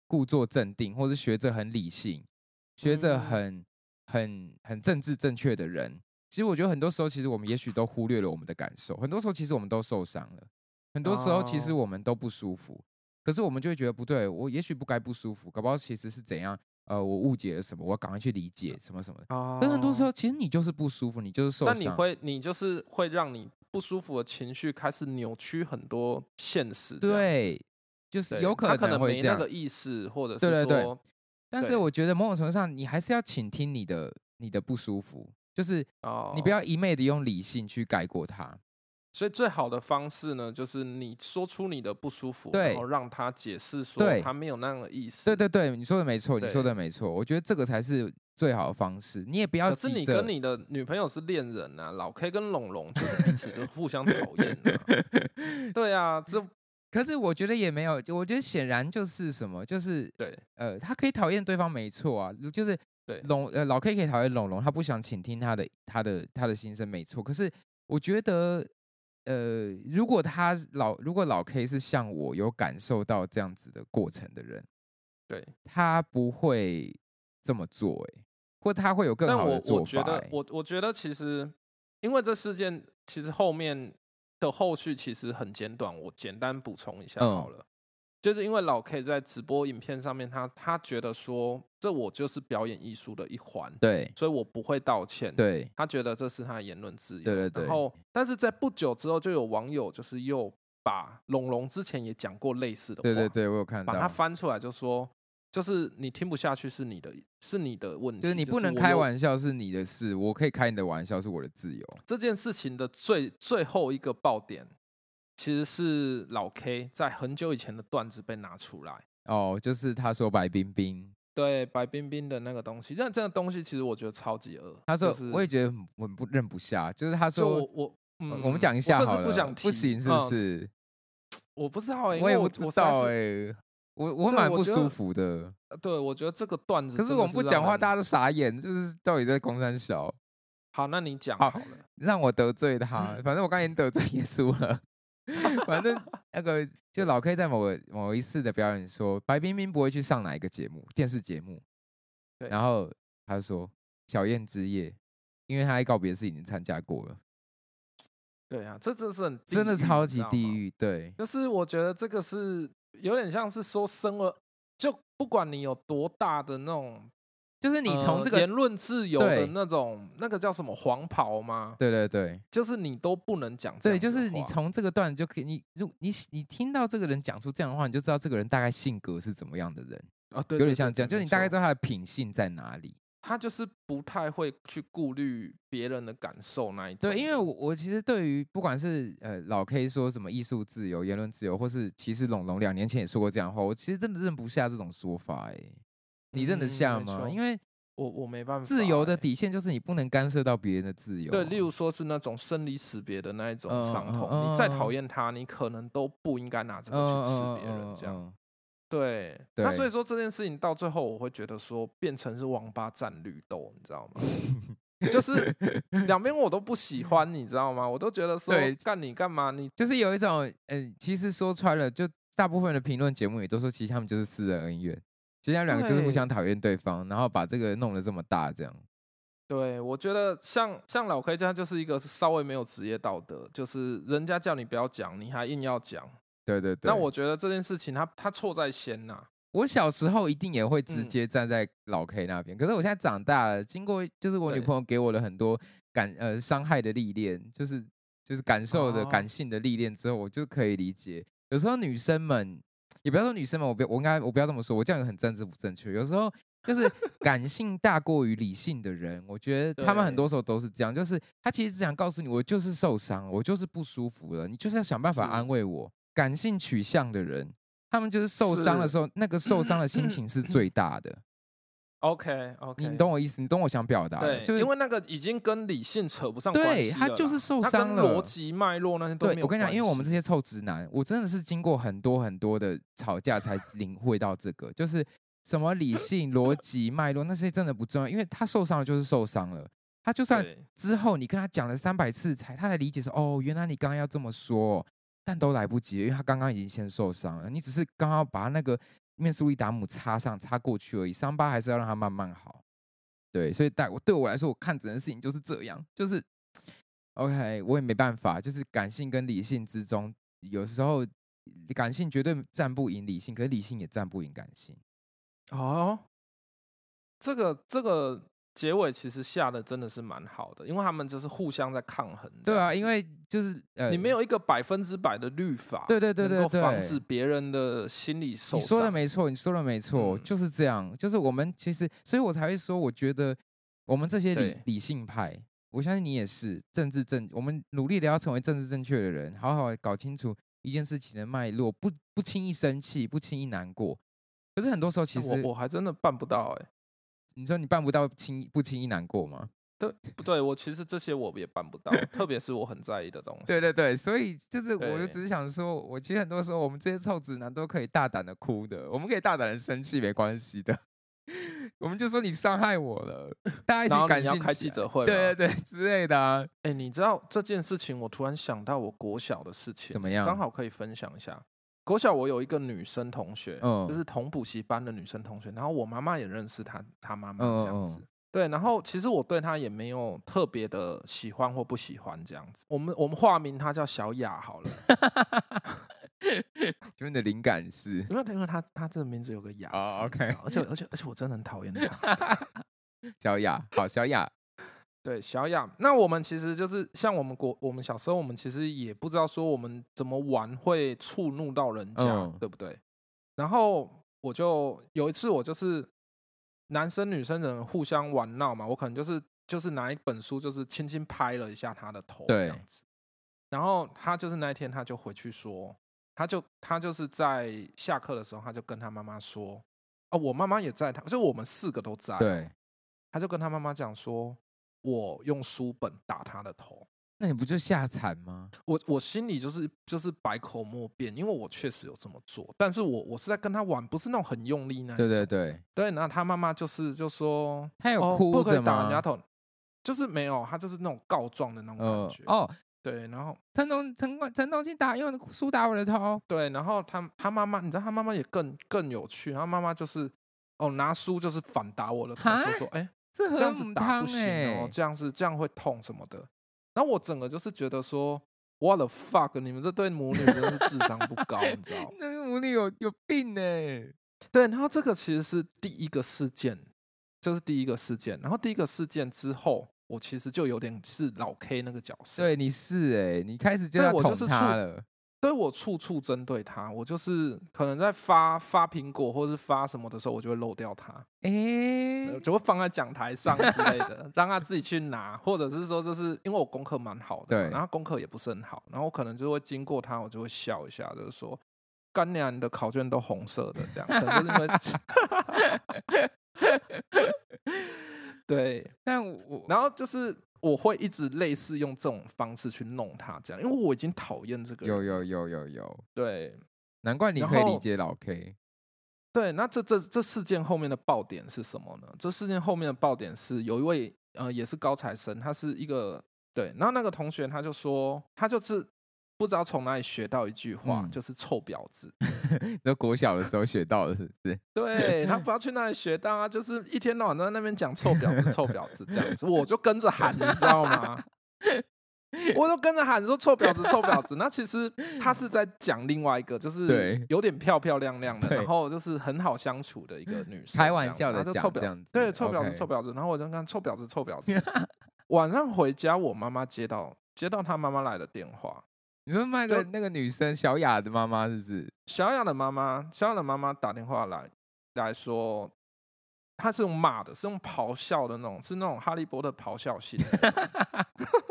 故作镇定，或是学着很理性，学着很政治正确的人，其实我觉得很多时候，其实我们也许都忽略了我们的感受。很多时候，其实我们都受伤了。很多时候，其实我们都不舒服。可是我们就会觉得不对，我也许不该不舒服，搞不好其实是怎样？我误解了什么？我要赶快去理解什么什么的。可是很多时候，其实你就是不舒服，你就是受伤。 但你就是会让你不舒服的情绪开始扭曲很多现实。 对，就是有可能会这样。 没那个意识，或者是说，对。 但是我觉得某种程度上，你还是要倾听你的不舒服，就是你不要一昧的用理性去盖过它。 所以最好的方式呢，就是你说出你的不舒服，然后让他解释说他没有那样的意思。 对，你说的没错，你说的没错。我觉得这个才是最好的方式。你也不要急着。 可是你跟你的女朋友是恋人啊，老 K 跟龙龙就是彼此就互相讨厌啊。对啊， 可是我觉得也没有，我觉得显然就是什么，就是对， 他可以讨厌对方没错啊，就是对老 K 可以讨厌龙龙，他不想倾听他的心声没错。可是我觉得。如果老 K 是像我有感受到这样子的过程的人， 对， 他不会这么做，或他会有更好的做法。 我觉得其实，因为这事件其实后面的后续其实很简短，我简单补充一下好了。就是因为老 K 在直播影片上面，他觉得说，这我就是表演艺术的一环， 对， 所以我不会道歉， 对， 他觉得这是他的言论自由， 对。 然后，但是在不久之后，就有网友就是又把龙龙之前也讲过类似的话， 对，我有看到， 把他翻出来就说，就是你听不下去是你的问题， 就是你不能开玩笑是你的事，我可以开你的玩笑是我的自由。 这件事情的最后一个爆点。其实是老 K 在很久以前的段子被拿出来就是他说白冰冰， 对白冰冰的那个东西，但这个东西其实我觉得超级恶。 他说、 就是、 我也觉得很认不下，就是他说我们讲一下好了， 不想提， 不行是不是？ 我不知道我也不知道我蛮不舒服的。 对，我觉得这个段子， 可是我们不讲话，大家都傻眼，就是到底在公三小。 好，那你讲好了， 让我得罪他，反正我刚才得罪耶稣了。反正那个就老 K 在某一次的表演说，白冰冰不会去上哪一个节目，电视节目。然后他说小燕之夜，因为他在告别式已经参加过了。 对啊，这真是很真的超级地狱。对， 就是我觉得这个是有点像是说生了，就不管你有多大的那种。 就是你从这个言论自由的那种，那个叫什么黄袍吗？ 对， 就是你都不能讲。 对，就是你从这个段就可以，你听到这个人讲出这样的话，你就知道这个人大概性格是怎么样的人啊？对， 有点像这样，就是你大概知道他的品性在哪里。 他就是不太会去顾虑别人的感受那一种。 对，因为我其实对于不管是老 K 说什么艺术自由、言论自由，或是其实龙龙2年前也说过这样的话，我其实真的认不下这种说法。你认得下吗？因为我没办法。 自由的底线就是你不能干涉到别人的自由。 对，例如说是那种生离死别的那一种伤痛，你再讨厌他，你可能都不应该拿这个去刺别人。这样。对。那所以说这件事情到最后，我会觉得说变成是王八战绿豆，你知道吗？就是两边我都不喜欢，你知道吗？我都觉得说干你干嘛？你就是有一种其实说穿了，就大部分的评论节目也都说，其实他们就是私人恩怨。其实他们两个就是互相讨厌对方，然后把这个弄得这么大，这样。 对，我觉得像老 K 这样就是一个稍微没有职业道德，就是人家叫你不要讲，你还硬要讲。 对。 那我觉得这件事情他错在先呐。 我小时候一定也会直接站在老 K 那边，可是我现在长大了，经过就是我女朋友给我了很多伤害的历练，就是感受的感性的历练之后，我就可以理解，有时候女生们。也不要说女生们，我不要这么说，我这样很政治不正确。有时候就是感性大过于理性的人，我觉得他们很多时候都是这样，就是他其实只想告诉你，我就是受伤，我就是不舒服了，你就是要想办法安慰我。感性取向的人，他们就是受伤的时候，那个受伤的心情是最大的。 OK， 你懂我意思，你懂我想表达的， 就是因为那个已经跟理性扯不上关系了， 对，他就是受伤了， 逻辑脉络那些都没有。 对，我跟你讲，因为我们这些臭直男，我真的是经过很多的吵架才领会到这个，就是什么理性、逻辑脉络那些真的不重要，因为他受伤了就是受伤了，他就算之后你跟他讲了300次他才理解说，哦，原来你刚刚要这么说，但都来不及，因为他刚刚已经先受伤了，你只是刚刚把他那个面速力达姆擦过去而已，伤疤还是要让它慢慢好。对，所以对我来说，我看整件事情就是这样，就是 OK， 我也没办法，就是感性跟理性之中，有时候感性绝对战不赢理性，可是理性也战不赢感性。 哦，这个结尾其实下的真的是蛮好的，因为他们就是互相在抗衡。 对啊，因为就是你没有一个100%的律法， 对， 能够防止别人的心理受伤。 你说的没错，就是这样。就是我们其实，所以我才会说，我觉得我们这些理性派，我相信你也是我们努力的要成为政治正确的人，好好搞清楚一件事情的脉络，不轻易生气，不轻易难过。可是很多时候，其实我还真的办不到你说你办不到不轻易难过吗？ 对不对？我其实这些我也办不到，特别是我很在意的东西。 对，所以就是我就只是想说，我其实很多时候我们这些臭直男都可以大胆的哭的，我们可以大胆的生气，没关系的。我们就说你伤害我了，大家一起感性， 你要开记者会， 对之类的啊。 你知道这件事情，我突然想到我国小的事情， 怎么样？ 刚好可以分享一下。国小我有一个女生同学，就是同补习班的女生同学，然后我妈妈也认识她妈妈这样子。对，然后其实我对她也没有特别的喜欢或不喜欢这样子。我们化名她叫小雅好了。 请问你的灵感是？ 因为她这个名字有个雅字 ，OK。 而且我真的很讨厌她。 小雅，好，小雅。 对，小雅。那我们其实就是像我们小时候，我们其实也不知道说我们怎么玩会触怒到人家，对不对？然后我就有一次，我就是男生女生人互相玩闹嘛，我可能就是拿一本书，就是轻轻拍了一下他的头这样子。然后他就是那一天他就回去说，他就是在下课的时候，他就跟他妈妈说，我妈妈也在，就我们4个都在。 对， 他就跟他妈妈讲说，我用书本打他的头， 那你不就吓惨吗？ 我心里就是百口莫辩，因为我确实有这么做，但是我是在跟他玩，不是那种很用力那种。对，然后他妈妈就说， 他有哭着吗？ 不可以打人家头，就是没有，他就是那种告状的那种感觉。对，然后陈东进用书打我的头。 对，然后他妈妈，你知道他妈妈也更有趣，他妈妈就是拿书就是反打我的头，说这样子打不行哦，这样会痛什么的。然后我整个就是觉得说 ，what the fuck， 你们这对母女真的是智商不高，你知道？ 那个母女有病呢。 对，然后这个其实是第一个事件，就是第一个事件。然后第一个事件之后，我其实就有点是老 K 那个角色。 对，你是你开始就要捅他了。 所以我处处针对他，我就是可能在发苹果或是发什么的时候，我就会漏掉他，就会放在讲台上之类的，让他自己去拿，或者是说，就是因为我功课蛮好的， 对， 然后功课也不是很好，然后我可能就会经过他，我就会笑一下，就是说，干娘你的考卷都红色的这样，可能就是因为对， 但然后就是我会一直类似用这种方式去弄他，这样，因为我已经讨厌这个人。 有， 对， 难怪你可以理解老 K。 对，那这事件后面的爆点是什么呢？这事件后面的爆点是有一位也是高材生，他是一个对，然后那个同学他就说，他就是不知道从哪里学到一句话，就是臭婊子。 那国小的时候学到的是不是？ 对，他不知道去哪里学到啊，就是一天到晚在那边讲臭婊子、臭婊子这样子，我就跟着喊，你知道吗？我就跟着喊说臭婊子、臭婊子。那其实他是在讲另外一个，就是有点漂漂亮亮的，然后就是很好相处的一个女生， 开玩笑的讲这样子。 对，臭婊子、臭婊子。然后我就看臭婊子、臭婊子。晚上回家，我妈妈接到她妈妈来的电话。 你说那个女生小雅的妈妈是不是？ 小雅的妈妈打电话来说，她是用骂的，是用咆哮的那种，是那种哈利波特咆哮型的。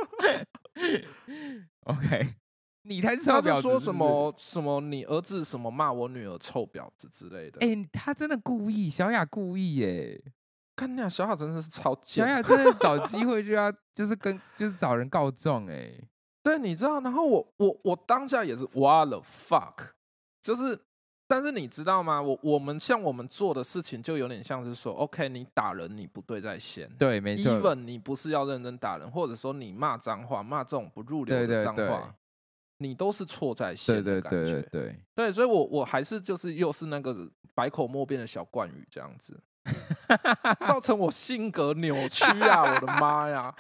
OK， 你才是臭婊子。 他就说什么你儿子什么骂我女儿臭婊子之类的。 他真的故意，小雅故意耶。 看那小雅真的是超贱， 小雅真的找机会就要就是找人告状对，你知道，然后我当下也是 what the fuck， 就是，但是你知道吗？我们做的事情就有点像是说 ，OK， 你打人你不对在先， 对，没错 ，even 你不是要认真打人，或者说你骂脏话，骂这种不入流的脏话， 你都是错在先的感觉。对，所以我还是就是又是那个百口莫辩的小冠宇这样子，造成我性格扭曲啊！我的妈呀！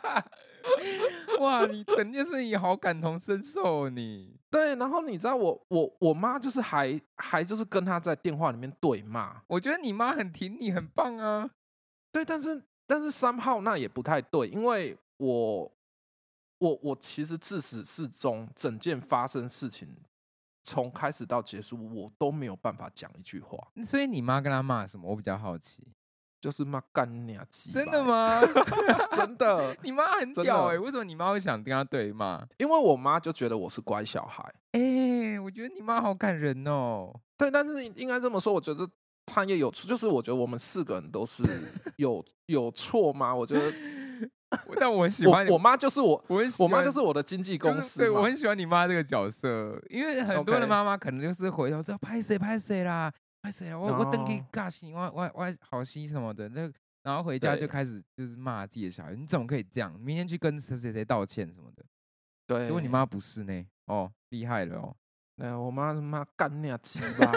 哇，你整件事情好感同身受哦，你。 对，然后你知道我妈就是还就是跟她在电话里面对骂。 我觉得你妈很挺你，很棒啊。 对，但是3号那也不太对，因为我其实自始至终整件发生事情从开始到结束，我都没有办法讲一句话。 所以你妈跟她骂什么？我比较好奇。 就是骂干你啊鸡！ 真的吗？ 真的， 你妈很屌哎！为什么你妈会想跟她对骂？ 因为我妈就觉得我是乖小孩。 我觉得你妈好感人哦。 对，但是应该这么说，我觉得她也有错，就是我觉得我们4个人都是有错吗？我觉得， 但我喜欢我妈就是我妈就是我的经纪公司。 对，我很喜欢你妈这个角色，因为很多的妈妈可能就是回头说拍谁啦。拍谁啊？我登给尬戏，我好戏什么的，然后回家就开始就是骂自己的小孩，你怎么可以这样？明天去跟谁道歉什么的。 对， 结果你妈不是呢，哦，厉害了哦。 我妈他妈干你啊鸡巴！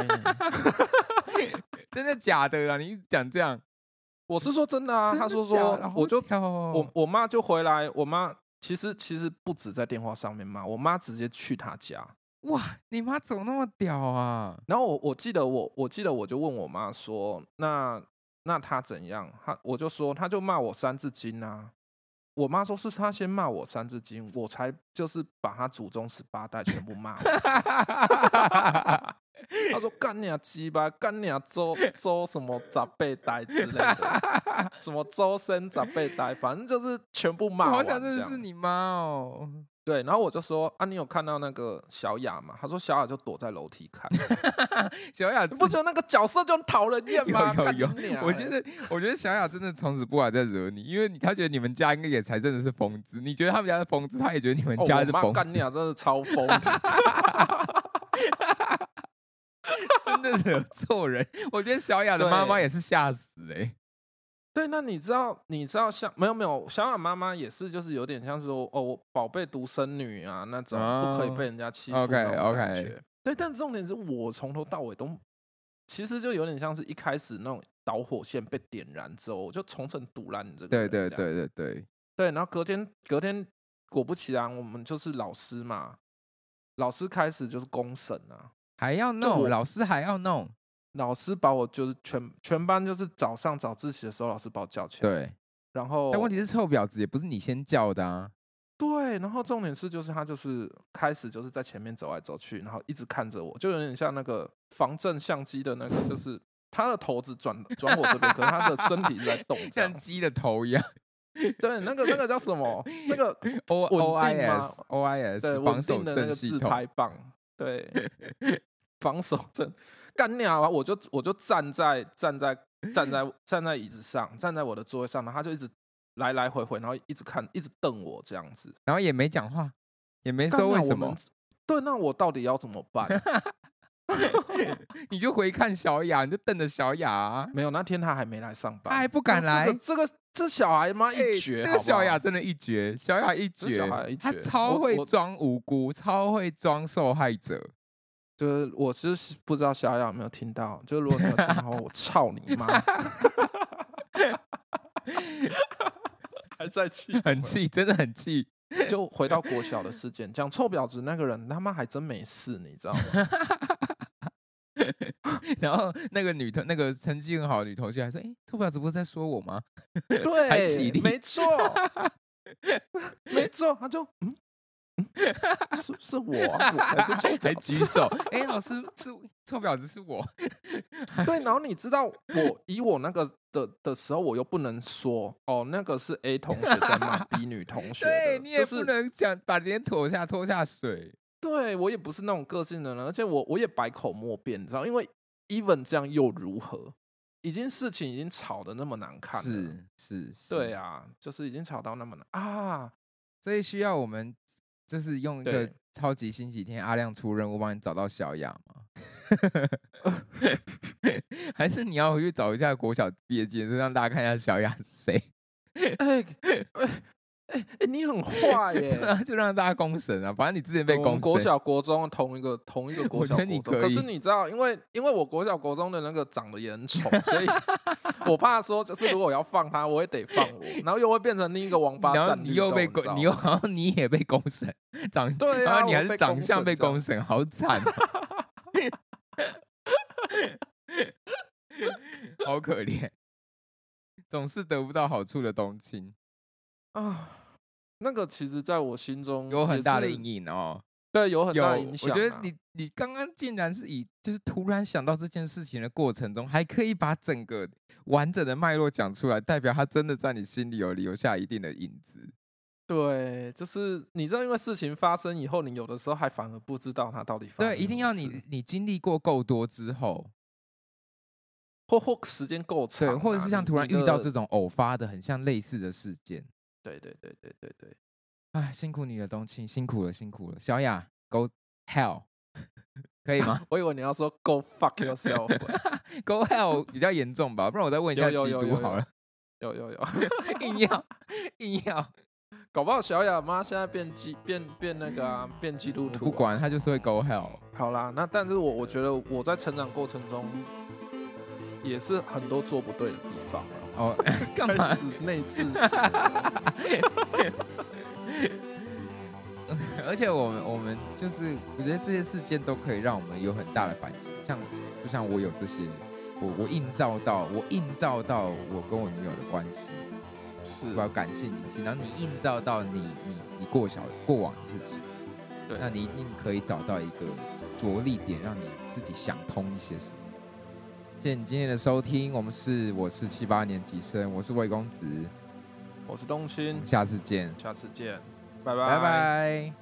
真的假的啦？你讲这样， 我是说真的啊。她说我就我妈就回来，我妈其实不止在电话上面骂，我妈直接去她家。 哇，你妈怎么那么屌啊？ 然后我记得我就问我妈说，那她怎样？我就说她就骂我3字经啊。我妈说是她先骂我3字经，我才就是把她祖宗18代全部骂完。她说干你啊鸡巴，干你啊周什么长辈代之类的，什么周生长辈代，反正就是全部骂完。 我好想认识你妈哦。 对，然后我就说啊，你有看到那个小雅吗？他说小雅就躲在楼梯看。 小雅， 你不觉得那个角色就很讨人厌吗？ 有，我觉得小雅真的从此不敢再惹你，因为他觉得你们家应该也才真的是疯子。你觉得他们家是疯子，他也觉得你们家是疯子。 我妈干你啊，真的超疯的。 真的惹错人。我觉得小雅的妈妈也是吓死对，那你知道像没有小雅妈妈也是，就是有点像是说宝贝独生女啊那种，不可以被人家欺负那种感觉。对，但重点是我从头到尾都其实就有点像是一开始那种导火线被点燃之后，我就重整堵拦这个人。对，然后隔天果不其然，我们就是老师嘛，老师开始就是公审啊， 还要弄，老师还要弄。 老师把我就是全班就是早上早自习的时候，老师把我叫起来。 对， 然后但问题是臭婊子也不是你先叫的啊。 对，然后重点是就是他就是开始就是在前面走来走去，然后一直看着我，就有点像那个防震相机的那个，就是他的头子转我这边，可是他的身体是在动， 像鸡的头一样。 对，那个叫什么？那个 OIS 对， 防守的那个自拍棒，对，防守阵。干鸟啊！我就站在椅子上，站在我的座位上，然后他就一直来来回回，然后一直看，一直瞪我这样子， 然后也没讲话，也没说为什么。 对，那我到底要怎么办？ 你就回看小雅，你就瞪着小雅啊。 没有，那天他还没来上班， 他还不敢来。 这小孩妈一绝， 这个小雅真的一绝，小雅一绝，他超会装无辜，超会装受害者。 就是我就是不知道小雅有没有听到，就是如果你有听到，我操你妈！还在气， 很气，真的很气。 就回到国小的事件，讲臭婊子那个人他妈还真没事，你知道吗？ 然后那个成绩很好的女同学还说：“臭婊子不是在说我吗？” 对， 还起立， 没错，没错，他就是我啊，我才是臭婊子， 还举手。老师是臭婊子是我。 对，然后你知道以我那个的时候，我又不能说那个是 A 同学在骂 B 女同学的， 对你也不能讲把别人拖下水。 对我也不是那种个性的人，而且我也百口莫辩，你知道，因为 even 这样又如何？事情已经吵得那么难看了， 是， 对啊，就是已经吵到那么难啊， 所以需要我们就是用一个超级星期天阿亮出任务帮你找到小雅吗？还是你要回去找一下国小毕业纪念册，让大家看一下小雅是谁？ 你很坏耶！ 对啊，就让大家公审啊，反正你之前被公审。 国小国中同一个国小国中，可是你知道，因为我国小国中的那个长得也很丑，所以我怕说，就是如果要放他，我也得放我，然后又会变成另一个王八蛋。 然后你又被公，你又好像你也被公审， 对啊， 然后你还是长相被公审，好惨，好可怜，总是得不到好处的冬青啊。那个其实在我心中有很大的阴影哦。 对，有很大的影响。 我觉得你刚刚竟然是就是突然想到这件事情的过程中，还可以把整个完整的脉络讲出来，代表他真的在你心里有留下一定的影子。 对，就是你知道，因为事情发生以后，你有的时候还反而不知道它到底发生什么事。 对，一定要你经历过够多之后， 或时间够长， 对，或者是像突然遇到这种偶发的很像类似的事件。 对， 哎，辛苦你了，冬青，辛苦了。小雅 ，Go hell， 可以吗？ 我以为你要说 Go fuck yourself，Go hell 比较严重吧，不然我再问一下基督好了。 有， 硬要， 搞不好小雅妈现在变那个啊，变基督徒， 不管她就是会 Go hell。 好啦，那但是我觉得我在成长过程中也是很多做不对的地方。 哦，干嘛？ 内自而且我们就是，我觉得这些事件都可以让我们有很大的反省。就像我有这些，我映照到我跟我女友的关系， 是比较感性理性，然后你映照到你过往的事情， 对， 那你一定可以找到一个着力点，让你自己想通一些什么。谢谢你今天的收听，我是7、8年级生，我是魏公子， 我是冬青， 下次见， 拜拜。